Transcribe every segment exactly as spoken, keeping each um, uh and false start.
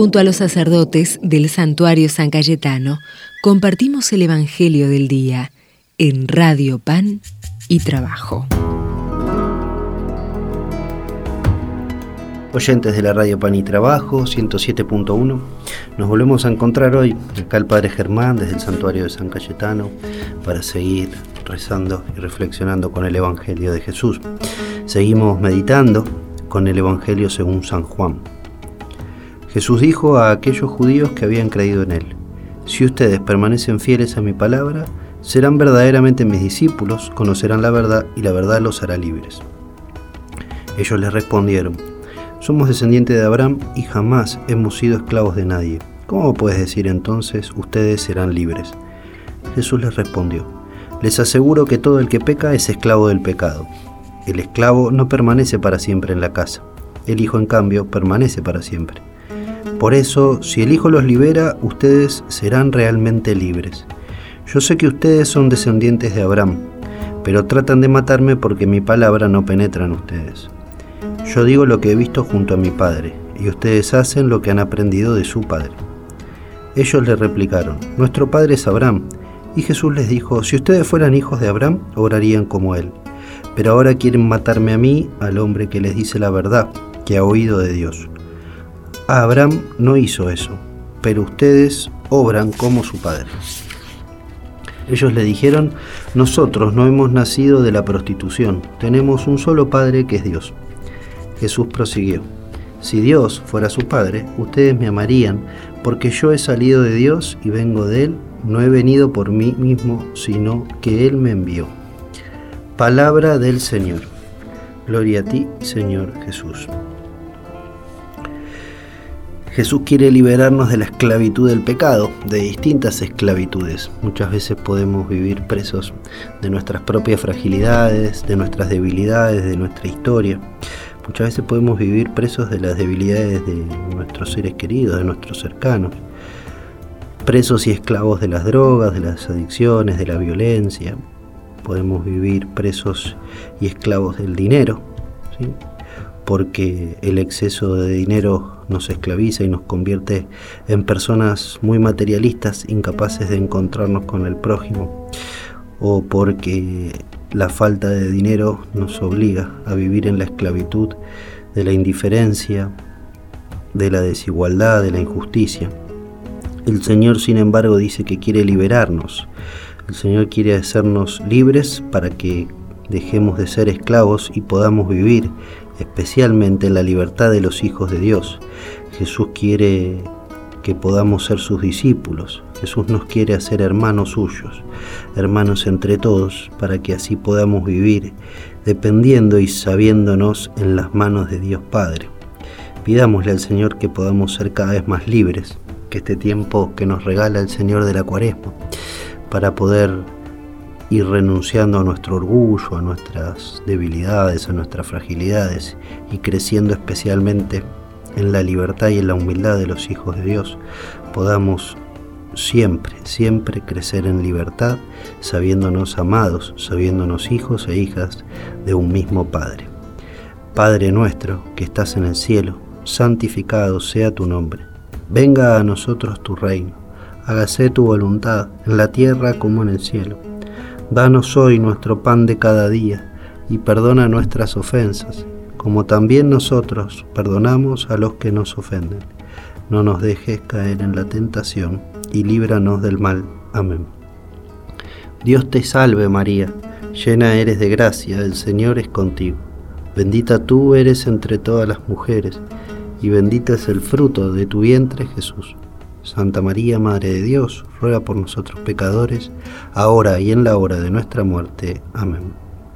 Junto a los sacerdotes del Santuario San Cayetano, compartimos el Evangelio del Día en Radio Pan y Trabajo. Oyentes de la Radio Pan y Trabajo, ciento siete punto uno, nos volvemos a encontrar hoy, acá el Padre Germán, desde el Santuario de San Cayetano, para seguir rezando y reflexionando con el Evangelio de Jesús. Seguimos meditando con el Evangelio según San Juan. Jesús dijo a aquellos judíos que habían creído en Él: si ustedes permanecen fieles a mi palabra, serán verdaderamente mis discípulos, conocerán la verdad y la verdad los hará libres. Ellos les respondieron: somos descendientes de Abraham y jamás hemos sido esclavos de nadie. ¿Cómo puedes decir entonces, ustedes serán libres? Jesús les respondió: les aseguro que todo el que peca es esclavo del pecado. El esclavo no permanece para siempre en la casa. El Hijo, en cambio, permanece para siempre. Por eso, si el Hijo los libera, ustedes serán realmente libres. Yo sé que ustedes son descendientes de Abraham, pero tratan de matarme porque mi palabra no penetra en ustedes. Yo digo lo que he visto junto a mi padre, y ustedes hacen lo que han aprendido de su padre. Ellos le replicaron: nuestro padre es Abraham. Y Jesús les dijo: si ustedes fueran hijos de Abraham, obrarían como él. Pero ahora quieren matarme a mí, al hombre que les dice la verdad, que ha oído de Dios. Abraham no hizo eso, pero ustedes obran como su padre. Ellos le dijeron: nosotros no hemos nacido de la prostitución, tenemos un solo padre que es Dios. Jesús prosiguió: si Dios fuera su padre, ustedes me amarían, porque yo he salido de Dios y vengo de Él, no he venido por mí mismo, sino que Él me envió. Palabra del Señor. Gloria a ti, Señor Jesús. Jesús quiere liberarnos de la esclavitud del pecado, de distintas esclavitudes. Muchas veces podemos vivir presos de nuestras propias fragilidades, de nuestras debilidades, de nuestra historia. Muchas veces podemos vivir presos de las debilidades de nuestros seres queridos, de nuestros cercanos. Presos y esclavos de las drogas, de las adicciones, de la violencia. Podemos vivir presos y esclavos del dinero, ¿sí? Porque el exceso de dinero nos esclaviza y nos convierte en personas muy materialistas, incapaces de encontrarnos con el prójimo, o porque la falta de dinero nos obliga a vivir en la esclavitud de la indiferencia, de la desigualdad, de la injusticia. El Señor, sin embargo, dice que quiere liberarnos. El Señor quiere hacernos libres para que dejemos de ser esclavos y podamos vivir especialmente en la libertad de los hijos de Dios. Jesús quiere que podamos ser sus discípulos. Jesús nos quiere hacer hermanos suyos, hermanos entre todos, para que así podamos vivir dependiendo y sabiéndonos en las manos de Dios Padre. Pidámosle al Señor que podamos ser cada vez más libres, que este tiempo que nos regala el Señor de la Cuaresma, para poder ir renunciando a nuestro orgullo, a nuestras debilidades, a nuestras fragilidades, y creciendo especialmente en la libertad y en la humildad de los hijos de Dios, podamos siempre, siempre crecer en libertad, sabiéndonos amados, sabiéndonos hijos e hijas de un mismo Padre. Padre nuestro que estás en el cielo, santificado sea tu nombre. Venga a nosotros tu reino. Hágase tu voluntad, en la tierra como en el cielo. Danos hoy nuestro pan de cada día, y perdona nuestras ofensas, como también nosotros perdonamos a los que nos ofenden. No nos dejes caer en la tentación, y líbranos del mal. Amén. Dios te salve María, llena eres de gracia, el Señor es contigo. Bendita tú eres entre todas las mujeres, y bendito es el fruto de tu vientre, Jesús. Santa María, Madre de Dios, ruega por nosotros pecadores, ahora y en la hora de nuestra muerte. Amén.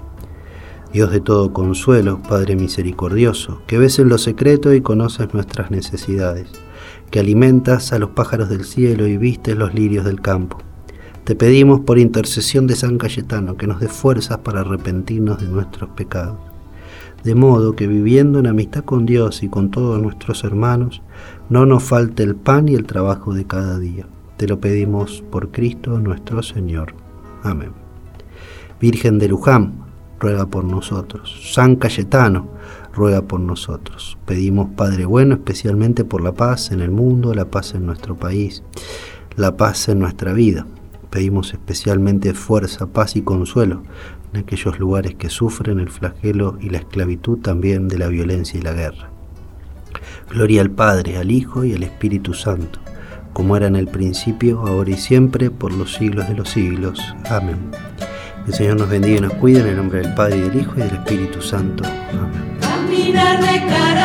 Dios de todo consuelo, Padre misericordioso, que ves en lo secreto y conoces nuestras necesidades, que alimentas a los pájaros del cielo y vistes los lirios del campo. Te pedimos por intercesión de San Cayetano que nos dé fuerzas para arrepentirnos de nuestros pecados, de modo que viviendo en amistad con Dios y con todos nuestros hermanos, no nos falte el pan y el trabajo de cada día. Te lo pedimos por Cristo nuestro Señor. Amén. Virgen de Luján, ruega por nosotros. San Cayetano, ruega por nosotros. Pedimos, Padre bueno, especialmente por la paz en el mundo, la paz en nuestro país, la paz en nuestra vida. Pedimos especialmente fuerza, paz y consuelo en aquellos lugares que sufren el flagelo y la esclavitud también de la violencia y la guerra. Gloria al Padre, al Hijo y al Espíritu Santo, como era en el principio, ahora y siempre, por los siglos de los siglos. Amén. El Señor nos bendiga y nos cuide en el nombre del Padre, y del Hijo y del Espíritu Santo. Amén. Caminar de cara